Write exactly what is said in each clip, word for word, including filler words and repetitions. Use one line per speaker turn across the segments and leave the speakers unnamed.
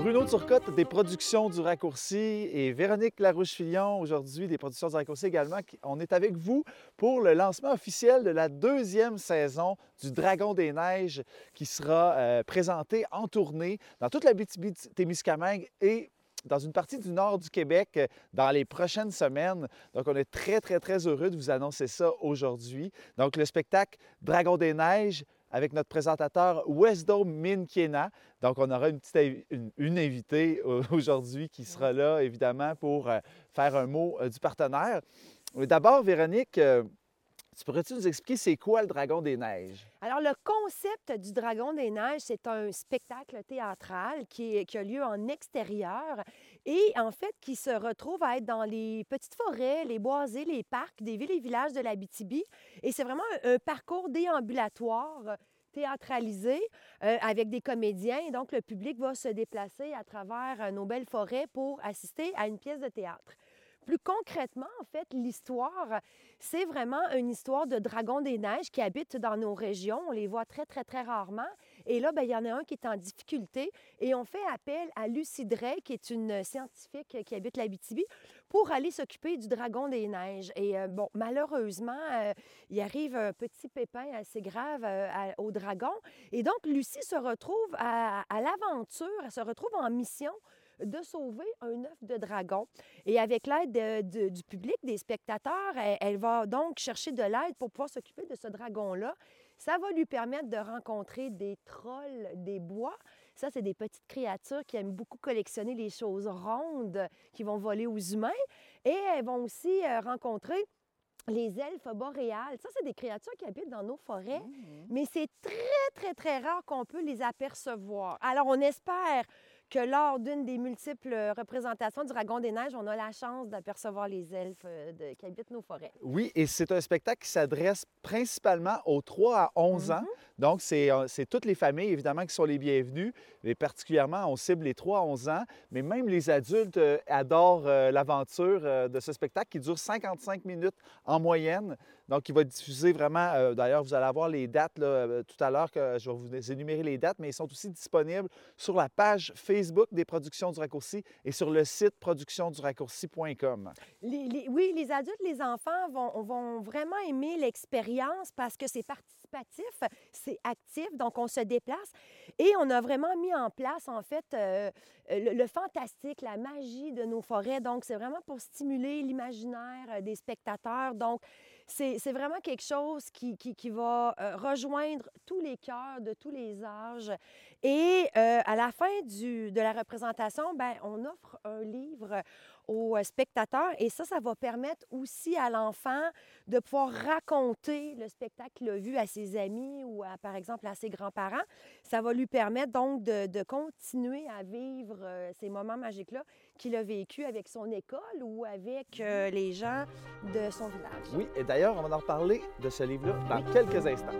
Bruno Turcotte des Productions du Raccourci et Véronique Larouche-Fillon, aujourd'hui des Productions du Raccourci également. On est avec vous pour le lancement officiel de la deuxième saison du Dragon des Neiges qui sera euh, présenté en tournée dans toute la Abitibi-Témiscamingue et dans une partie du nord du Québec dans les prochaines semaines. Donc, on est très, très, très heureux de vous annoncer ça aujourd'hui. Donc, le spectacle Dragon des Neiges avec notre présentateur Wesdome Minkiena. Donc, on aura une petite une, une invitée aujourd'hui qui sera là, évidemment, pour euh, faire un mot euh, du partenaire. D'abord, Véronique, euh, tu pourrais-tu nous expliquer c'est quoi le Dragon des Neiges?
Alors, le concept du Dragon des Neiges, c'est un spectacle théâtral qui, est, qui a lieu en extérieur et, en fait, qui se retrouve à être dans les petites forêts, les boisés, les parcs des villes et villages de l'Abitibi. Et c'est vraiment un, un parcours déambulatoire théâtralisé euh, avec des comédiens. Et donc, le public va se déplacer à travers euh, nos belles forêts pour assister à une pièce de théâtre. Plus concrètement, en fait, l'histoire, c'est vraiment une histoire de dragons des neiges qui habitent dans nos régions. On les voit très, très, très rarement. Et là, bien, il y en a un qui est en difficulté et on fait appel à Lucie Drey, qui est une scientifique qui habite l'Abitibi, pour aller s'occuper du dragon des neiges. Et euh, bon, malheureusement, euh, il arrive un petit pépin assez grave euh, à, au dragon. Et donc, Lucie se retrouve à, à l'aventure, elle se retrouve en mission de sauver un œuf de dragon. Et avec l'aide de, de, du public, des spectateurs, elle, elle va donc chercher de l'aide pour pouvoir s'occuper de ce dragon-là. Ça va lui permettre de rencontrer des trolls des bois. Ça, c'est des petites créatures qui aiment beaucoup collectionner les choses rondes qui vont voler aux humains. Et elles vont aussi euh, rencontrer les elfes boréales. Ça, c'est des créatures qui habitent dans nos forêts, mmh. mais c'est très, très, très rare qu'on peut les apercevoir. Alors, on espère que lors d'une des multiples représentations du Dragon des Neiges, on a la chance d'apercevoir les elfes de, qui habitent nos forêts.
Oui, et c'est un spectacle qui s'adresse principalement aux trois à onze ans. Mm-hmm. Donc, c'est toutes les familles, évidemment, qui sont les bienvenues, mais particulièrement, on cible les trois à onze ans. Mais même les adultes euh, adorent euh, l'aventure euh, de ce spectacle qui dure cinquante-cinq minutes en moyenne. Donc, il va diffuser vraiment, euh, d'ailleurs, vous allez avoir les dates là, euh, tout à l'heure, que je vais vous énumérer les dates, mais ils sont aussi disponibles sur la page Facebook des Productions du Raccourci et sur le site productions du raccourci point com.
Les, les, oui, les adultes, les enfants vont, vont vraiment aimer l'expérience parce que c'est participatif, c'est actif, donc on se déplace et on a vraiment mis en place, en fait, euh, le, le fantastique, la magie de nos forêts. Donc, c'est vraiment pour stimuler l'imaginaire des spectateurs. Donc, c'est vraiment quelque chose qui, qui, qui va euh, rejoindre tous les cœurs de tous les âges. Et euh, à la fin du, de la représentation, bien, on offre un livre aux spectateurs et ça, ça va permettre aussi à l'enfant de pouvoir raconter le spectacle qu'il a vu à ses amis ou, à, par exemple, à ses grands-parents. Ça va lui permettre donc de, de continuer à vivre euh, ces moments magiques-là qu'il a vécu avec son école ou avec euh, les gens de son village.
Oui, et d'ailleurs, on va en reparler de ce livre-là dans oui. quelques instants.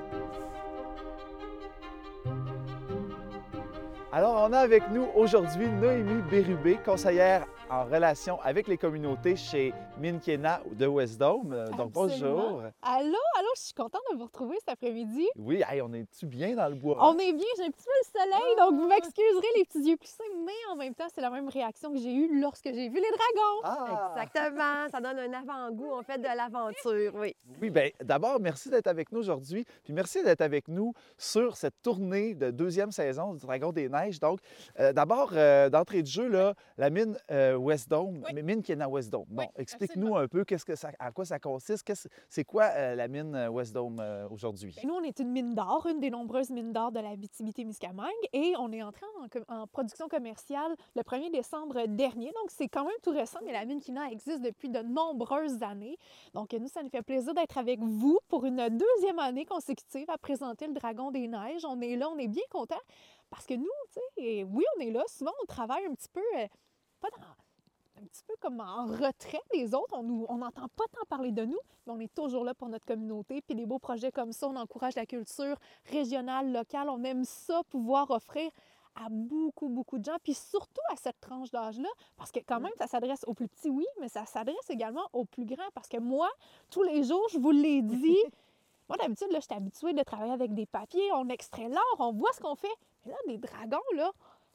Alors, on a avec nous aujourd'hui Noémie Bérubé, conseillère en relation avec les communautés chez Minkiena de Wesdome. Donc, bonjour.
Allô, allô, je suis contente de vous retrouver cet après-midi.
Oui, hey, on est-tu bien dans le bois?
On est bien, j'ai un petit peu le soleil, ah! donc vous m'excuserez les petits yeux plissés, mais en même temps, c'est la même réaction que j'ai eue lorsque j'ai vu les dragons.
Ah! Exactement, ça donne un avant-goût, en fait, de l'aventure, oui.
Oui, bien, d'abord, merci d'être avec nous aujourd'hui, puis merci d'être avec nous sur cette tournée de deuxième saison du Dragon des Neiges. Donc, euh, d'abord, euh, d'entrée de jeu, là, la mine euh, Wesdome, oui. Minkiena Wesdome. Bon, oui, explique-nous un peu qu'est-ce que ça, à quoi ça consiste. C'est quoi euh, la mine Wesdome euh, aujourd'hui?
Nous, on est une mine d'or, une des nombreuses mines d'or de la Abitibi-Témiscamingue, et on est entré en, en production commerciale le premier décembre dernier. Donc, c'est quand même tout récent, mais la Minkiena existe depuis de nombreuses années. Donc, nous, ça nous fait plaisir d'être avec vous pour une deuxième année consécutive à présenter le Dragon des Neiges. On est là, on est bien contents. Parce que nous, tu sais, oui, on est là. Souvent, on travaille un petit peu, euh, pas dans, un petit peu comme en retrait des autres. On n'entend pas tant parler de nous, mais on est toujours là pour notre communauté. Puis des beaux projets comme ça, on encourage la culture régionale, locale. On aime ça, pouvoir offrir à beaucoup, beaucoup de gens, puis surtout à cette tranche d'âge-là, parce que quand même, ça s'adresse aux plus petits, oui, mais ça s'adresse également aux plus grands, parce que moi, tous les jours, je vous l'ai dit, moi, d'habitude, là, je suis habituée de travailler avec des papiers, on extrait l'or, on voit ce qu'on fait. Mais là, des dragons, là,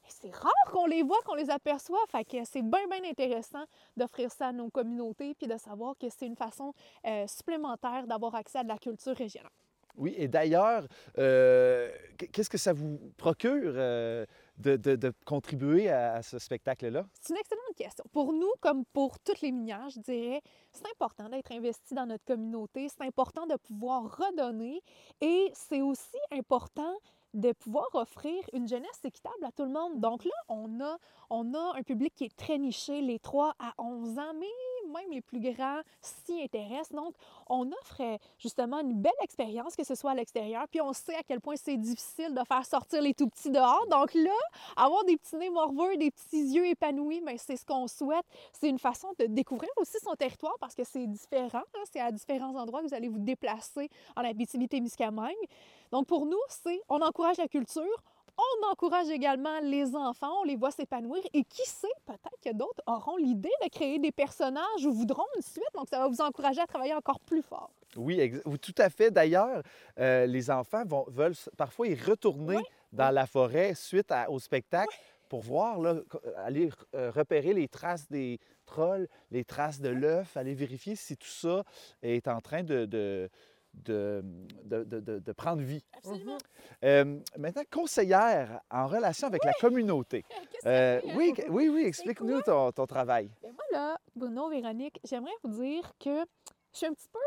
c'est rare qu'on les voit, qu'on les aperçoit. Fait que c'est bien, bien intéressant d'offrir ça à nos communautés puis de savoir que c'est une façon euh, supplémentaire d'avoir accès à de la culture régionale.
Oui, et d'ailleurs, euh, qu'est-ce que ça vous procure euh, de, de, de contribuer à, à ce spectacle-là?
C'est une excellente question. Pour nous, comme pour toutes les minières, je dirais, c'est important d'être investi dans notre communauté, c'est important de pouvoir redonner et c'est aussi important de pouvoir offrir une jeunesse équitable à tout le monde. Donc là, on a, on a un public qui est très niché, les trois à onze ans, mais même les plus grands s'y intéressent. Donc, on offre euh, justement une belle expérience, que ce soit à l'extérieur, puis on sait à quel point c'est difficile de faire sortir les tout-petits dehors. Donc là, avoir des petits nez morveux, des petits yeux épanouis, bien, c'est ce qu'on souhaite. C'est une façon de découvrir aussi son territoire parce que c'est différent. Hein? C'est à différents endroits que vous allez vous déplacer en Abitibi-Témiscamingue. Donc, pour nous, c'est on encourage la culture, on encourage également les enfants, on les voit s'épanouir et qui sait, peut-être que d'autres auront l'idée de créer des personnages ou voudront une suite. Donc, ça va vous encourager à travailler encore plus fort.
Oui, ex- oui, tout à fait. D'ailleurs, euh, les enfants vont, veulent s- parfois y retourner
Oui.
dans la forêt suite à- au spectacle
Oui.
pour voir, là, co- aller euh, repérer les traces des trolls, les traces de l'œuf, aller vérifier si tout ça est en train de, de, de, de- de- de- de prendre vie.
Absolument.
Euh, maintenant, conseillère en relation avec la communauté.
Qu'est-ce que
Euh,
c'est, hein?
oui, oui, oui, explique-nous ton, ton travail.
Bien, moi, là, Bruno, Véronique, j'aimerais vous dire que je suis un petit peu,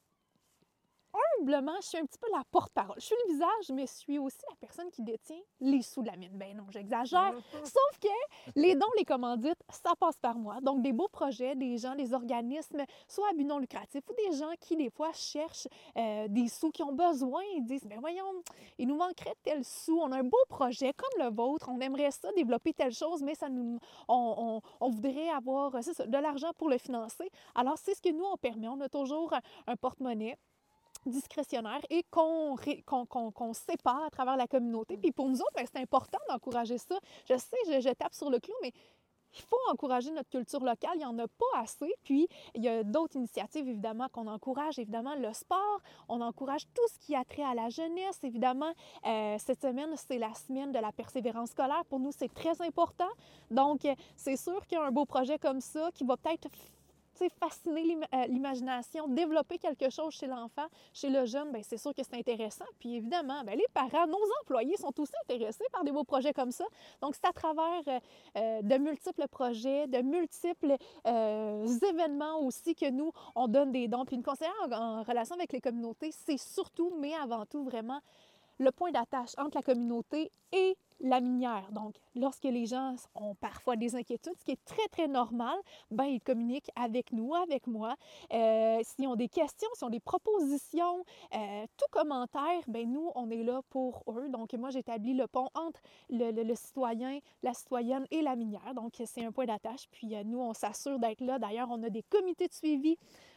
humblement, je suis un petit peu la porte-parole. Je suis le visage, mais je suis aussi la personne qui détient les sous de la mine. Ben non, j'exagère. Sauf que les dons, les commandites, ça passe par moi. Donc, des beaux projets, des gens, des organismes, soit à but non lucratif ou des gens qui, des fois, cherchent euh, des sous, qui ont besoin. Ils disent, ben voyons, il nous manquerait tel sou. On a un beau projet comme le vôtre. On aimerait ça, développer telle chose, mais ça nous, on, on, on voudrait avoir c'est ça, de l'argent pour le financer. Alors, c'est ce que nous, on permet. On a toujours un, un porte-monnaie discrétionnaire et qu'on qu'on, qu'on, qu'on sépare à travers la communauté. Puis pour nous autres, bien, c'est important d'encourager ça. Je sais, je, je tape sur le clou, mais il faut encourager notre culture locale. Il n'y en a pas assez. Puis, il y a d'autres initiatives, évidemment, qu'on encourage. Évidemment, le sport. On encourage tout ce qui a trait à la jeunesse. Évidemment, euh, cette semaine, c'est la semaine de la persévérance scolaire. Pour nous, c'est très important. Donc, c'est sûr qu'il y a un beau projet comme ça qui va peut-être fasciner l'im euh, l'imagination, développer quelque chose chez l'enfant, chez le jeune, bien, c'est sûr que c'est intéressant. Puis évidemment, bien, les parents, nos employés sont aussi intéressés par des beaux projets comme ça. Donc, c'est à travers euh, de multiples projets, de multiples euh, événements aussi que nous, on donne des dons. Puis une conseillère en, en relation avec les communautés, c'est surtout, mais avant tout, vraiment le point d'attache entre la communauté et la minière. Donc, lorsque les gens ont parfois des inquiétudes, ce qui est très, très normal, bien, ils communiquent avec nous, avec moi. Euh, s'ils ont des questions, s'ils ont des propositions, euh, tout commentaire, bien, nous, on est là pour eux. Donc, moi, j'établis le pont entre le, le, le citoyen, la citoyenne et la minière. Donc, c'est un point d'attache. Puis, euh, nous, on s'assure d'être là. D'ailleurs, on a des comités de suivi.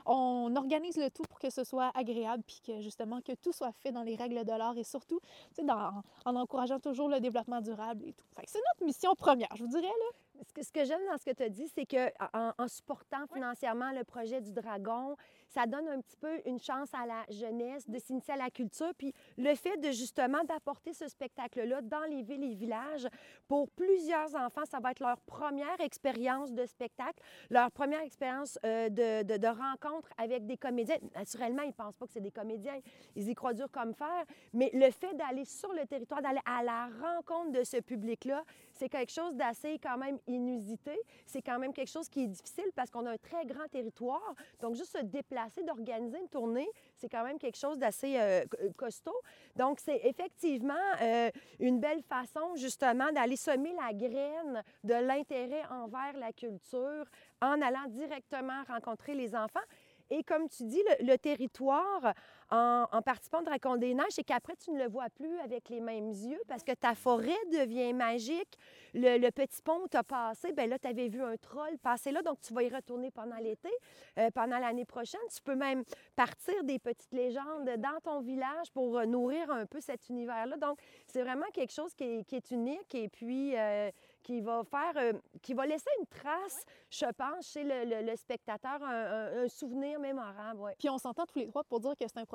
On organise le tout pour que ce soit agréable puis que, justement, que tout soit fait dans les règles de l'art et surtout, tu sais, dans, en encourageant toujours le développement durable et tout. Fait que c'est notre mission première, je vous dirais, là.
Ce que, ce que j'aime dans ce que tu as dit, c'est qu'en en supportant financièrement le projet du Dragon, ça donne un petit peu une chance à la jeunesse de s'initier à la culture. Puis le fait de justement d'apporter ce spectacle-là dans les villes et villages, pour plusieurs enfants, ça va être leur première expérience de spectacle, leur première expérience euh, de, de, de rencontre avec des comédiens. Naturellement, ils ne pensent pas que c'est des comédiens, ils y croient dur comme fer, mais le fait d'aller sur le territoire, d'aller à la rencontre de ce public-là, c'est quelque chose d'assez quand même inusité. C'est quand même quelque chose qui est difficile parce qu'on a un très grand territoire. Donc, juste se déplacer, d'organiser une tournée, c'est quand même quelque chose d'assez euh, costaud. Donc, c'est effectivement euh, une belle façon, justement, d'aller semer la graine de l'intérêt envers la culture en allant directement rencontrer les enfants. Et comme tu dis, le, le territoire, en, en participant au Dragon des Neiges, c'est qu'après, tu ne le vois plus avec les mêmes yeux parce que ta forêt devient magique. Le, le petit pont où tu as passé, bien là, tu avais vu un troll passer là, donc tu vas y retourner pendant l'été, euh, pendant l'année prochaine. Tu peux même partir des petites légendes dans ton village pour euh, nourrir un peu cet univers-là. Donc, c'est vraiment quelque chose qui est, qui est unique et puis euh, qui va faire, euh, qui va laisser une trace, je pense, chez le, le, le spectateur, un, un, un souvenir mémorable. Ouais.
Puis on s'entend tous les trois pour dire que c'est un projet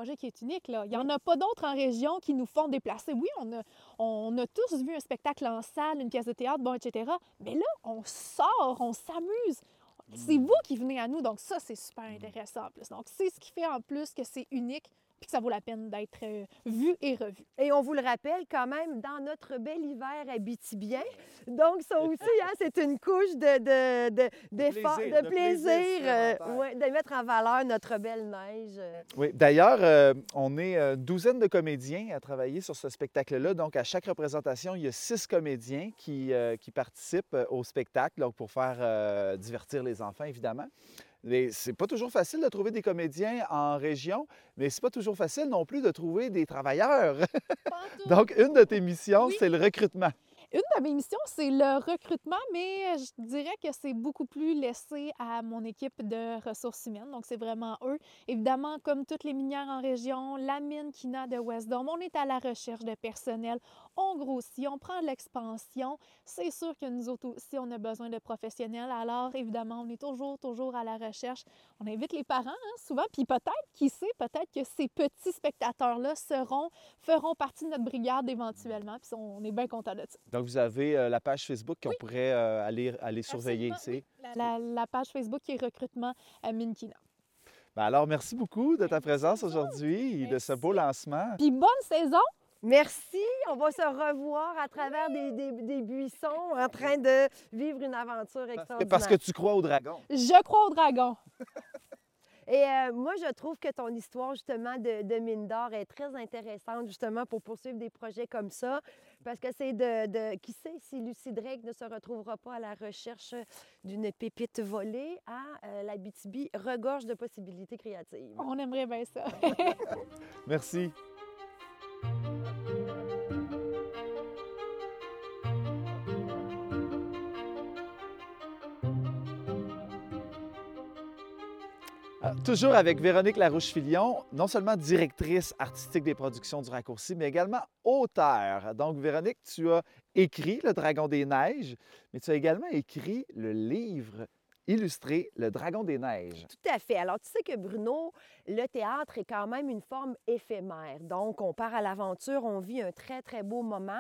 projet qui est unique, là. Il n'y en a pas d'autres en région qui nous font déplacer. Oui, on a, on a tous vu un spectacle en salle, une pièce de théâtre, bon, et cetera. Mais là, on sort, on s'amuse. C'est vous qui venez à nous, donc ça, c'est super intéressant en plus. Donc, c'est ce qui fait en plus que c'est unique puis que ça vaut la peine d'être euh, vu et revu.
Et on vous le rappelle quand même, dans notre bel hiver abitibien. Donc, ça aussi, hein, c'est une couche de, de, de, d'effort,
plaisir,
de
de
plaisir,
plaisir
euh,
supplémentaire.
ouais, de mettre en valeur notre belle neige. euh.
Oui, d'ailleurs, euh, on est une douzaine de comédiens à travailler sur ce spectacle-là. Donc, à chaque représentation, il y a six comédiens qui, euh, qui participent euh, au spectacle, donc pour faire euh, divertir les enfants, évidemment. Mais c'est pas toujours facile de trouver des comédiens en région, mais c'est pas toujours facile non plus de trouver des travailleurs. Donc, une de tes missions,
Oui.
c'est le recrutement.
Une de mes missions, c'est le recrutement, mais je dirais que c'est beaucoup plus laissé à mon équipe de ressources humaines. Donc, c'est vraiment eux. Évidemment, comme toutes les minières en région, la mine Kina de Westdome, on est à la recherche de personnel. On grossit, on prend de l'expansion. C'est sûr que nous autres aussi, on a besoin de professionnels. Alors, évidemment, on est toujours, toujours à la recherche. On invite les parents, hein, souvent. Puis peut-être, qui sait, peut-être que ces petits spectateurs-là seront, feront partie de notre brigade éventuellement. Puis on est bien content de ça.
Donc, vous avez euh, la page Facebook qu'on
Oui.
pourrait euh, aller, aller surveiller
Absolument,
ici.
oui. La, la- la page Facebook qui est recrutement à Minkina.
Ben alors, merci beaucoup de ta présence
vous autres.
aujourd'hui et de ce beau lancement.
Puis bonne saison!
Merci! On va se revoir à travers des, des, des buissons en train de vivre une aventure
C'est
extraordinaire.
parce que tu crois au dragon.
Je crois au dragon.
Et euh, moi, je trouve que ton histoire, justement, de, de mine d'or est très intéressante, justement, pour poursuivre des projets comme ça. Parce que c'est de, de... Qui sait si Lucie Drake ne se retrouvera pas à la recherche d'une pépite volée à euh, l'Abitibi regorge de possibilités créatives.
On aimerait bien ça.
Merci. Ah, toujours avec Véronique Larouche-Filion, non seulement directrice artistique des productions du Raccourci, mais également auteure. Donc, Véronique, tu as écrit Le Dragon des Neiges, mais tu as également écrit le livre illustré Le Dragon des Neiges.
Tout à fait. Alors, tu sais que Bruno, le théâtre est quand même une forme éphémère. Donc, on part à l'aventure, on vit un très, très beau moment,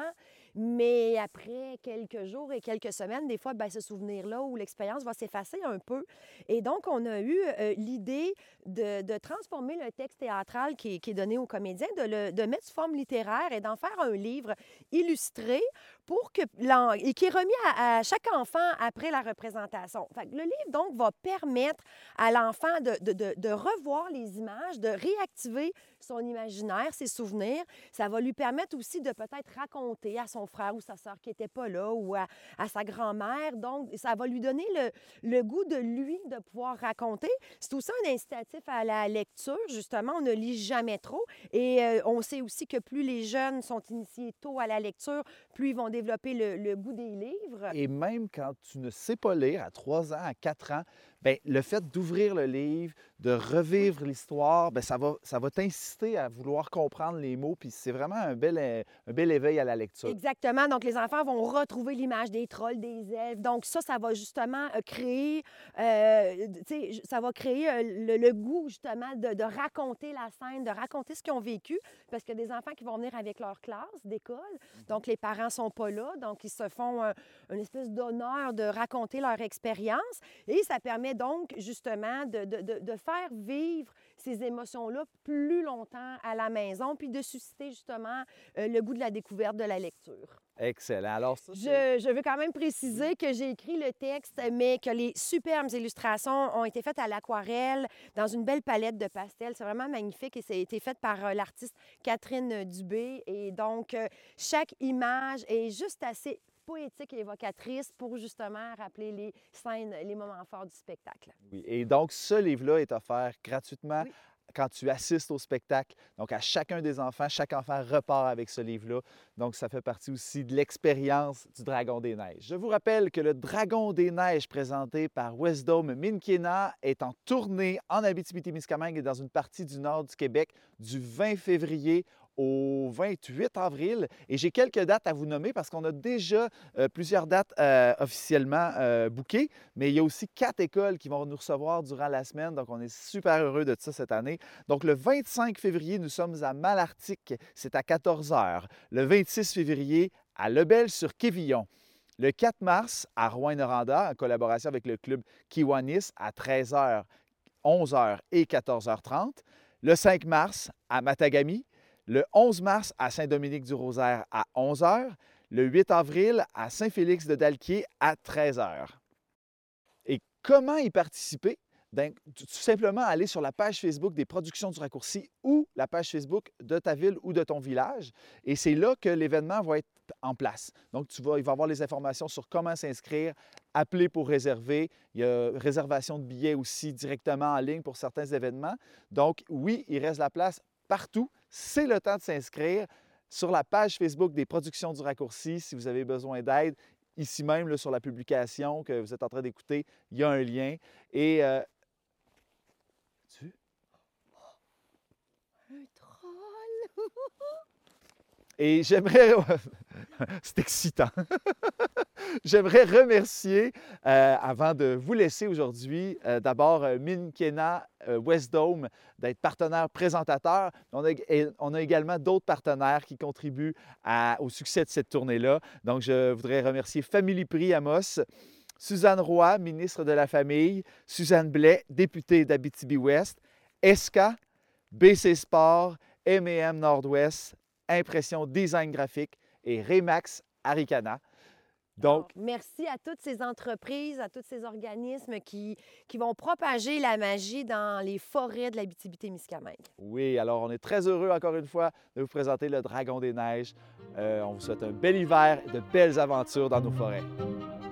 mais après quelques jours et quelques semaines, des fois, bien, ce souvenir-là ou l'expérience va s'effacer un peu. Et donc, on a eu euh, l'idée de, de transformer le texte théâtral qui est, qui est donné aux comédiens, de le de mettre sous forme littéraire et d'en faire un livre illustré pour que l'en- et qui est remis à, à chaque enfant après la représentation. Fait que le livre, donc, va permettre à l'enfant de, de, de, de revoir les images, de réactiver son imaginaire, ses souvenirs. Ça va lui permettre aussi de peut-être raconter à son frère ou sa sœur qui n'était pas là ou à, à sa grand-mère. Donc, ça va lui donner le, le goût de lui de pouvoir raconter. C'est aussi un incitatif à la lecture. Justement, on ne lit jamais trop. Et euh, on sait aussi que plus les jeunes sont initiés tôt à la lecture, plus ils vont développer le, le goût des livres.
Et même quand tu ne sais pas lire, à trois ans, à quatre ans, bien, le fait d'ouvrir le livre, de revivre l'histoire, bien, ça va, ça va t'inciter à vouloir comprendre les mots. Puis c'est vraiment un bel, euh, un bel éveil à la lecture.
Exactement. Donc, les enfants vont retrouver l'image des trolls, des elfes. Donc, ça, ça va justement euh, créer, euh, tu sais, ça va créer euh, le, le goût, justement, de, de raconter la scène, de raconter ce qu'ils ont vécu. Parce qu'il y a des enfants qui vont venir avec leur classe d'école. Donc, les parents sont pas là. Donc, ils se font euh, une espèce d'honneur de raconter leur expérience. Et ça permet donc, justement, de, de, de, de faire vivre ces émotions-là plus longtemps à la maison, puis de susciter, justement, euh, le goût de la découverte de la lecture.
Excellent. Alors, ça, c'est-
Je, je veux quand même préciser que j'ai écrit le texte, mais que les superbes illustrations ont été faites à l'aquarelle dans une belle palette de pastels. C'est vraiment magnifique et ça a été fait par euh, l'artiste Catherine Dubé. Et donc, euh, chaque image est juste assez poétique et évocatrice pour justement rappeler les scènes, les moments forts du spectacle.
Oui. Et donc, ce livre-là est offert gratuitement
Oui.
quand tu assistes au spectacle. Donc, à chacun des enfants, chaque enfant repart avec ce livre-là. Donc, ça fait partie aussi de l'expérience du Dragon des Neiges. Je vous rappelle que le Dragon des Neiges présenté par Westdome Minkina est en tournée en Abitibi-Témiscamingue et dans une partie du nord du Québec du vingt février au vingt-huit avril. Et j'ai quelques dates à vous nommer parce qu'on a déjà euh, plusieurs dates euh, officiellement euh, bookées, mais il y a aussi quatre écoles qui vont nous recevoir durant la semaine, donc on est super heureux de ça cette année. Donc le vingt-cinq février, nous sommes à Malartic, c'est à quatorze heures. Le vingt-six février, à Lebel-sur-Quévillon. Le quatre mars, à Rouyn-Noranda, en collaboration avec le club Kiwanis, à treize heures, onze heures et quatorze heures trente. Le cinq mars, à Matagami. Le onze mars, à Saint-Dominique-du-Rosaire, à onze heures. Le huit avril, à Saint-Félix-de-Dalquier, à treize heures. Et comment y participer? Bien, tout simplement aller sur la page Facebook des Productions du Raccourci ou la page Facebook de ta ville ou de ton village. Et c'est là que l'événement va être en place. Donc, tu vas, il va y avoir les informations sur comment s'inscrire, appeler pour réserver. Il y a réservation de billets aussi directement en ligne pour certains événements. Donc, oui, il reste la place partout. C'est le temps de s'inscrire sur la page Facebook des Productions du Raccourci si vous avez besoin d'aide. Ici même, là, sur la publication que vous êtes en train d'écouter, il y a un lien. Et euh, tu...
Un troll!
Et j'aimerais... C'est excitant. J'aimerais remercier, euh, avant de vous laisser aujourd'hui, euh, d'abord euh, Minkena euh, Westdome d'être partenaire présentateur. On a, on a également d'autres partenaires qui contribuent à, au succès de cette tournée-là. Donc, je voudrais remercier Family Prix Amos, Suzanne Roy, ministre de la Famille, Suzanne Blais, députée d'Abitibi-Ouest, E S C A, B C Sport, M et M Nord-Ouest, Impression Design Graphique et Remax Aricana. Donc,
oh, merci à toutes ces entreprises, à tous ces organismes qui, qui vont propager la magie dans les forêts de l'Abitibi-Témiscamingue.
Oui, alors on est très heureux encore une fois de vous présenter le Dragon des Neiges. Euh, on vous souhaite un bel hiver et de belles aventures dans nos forêts.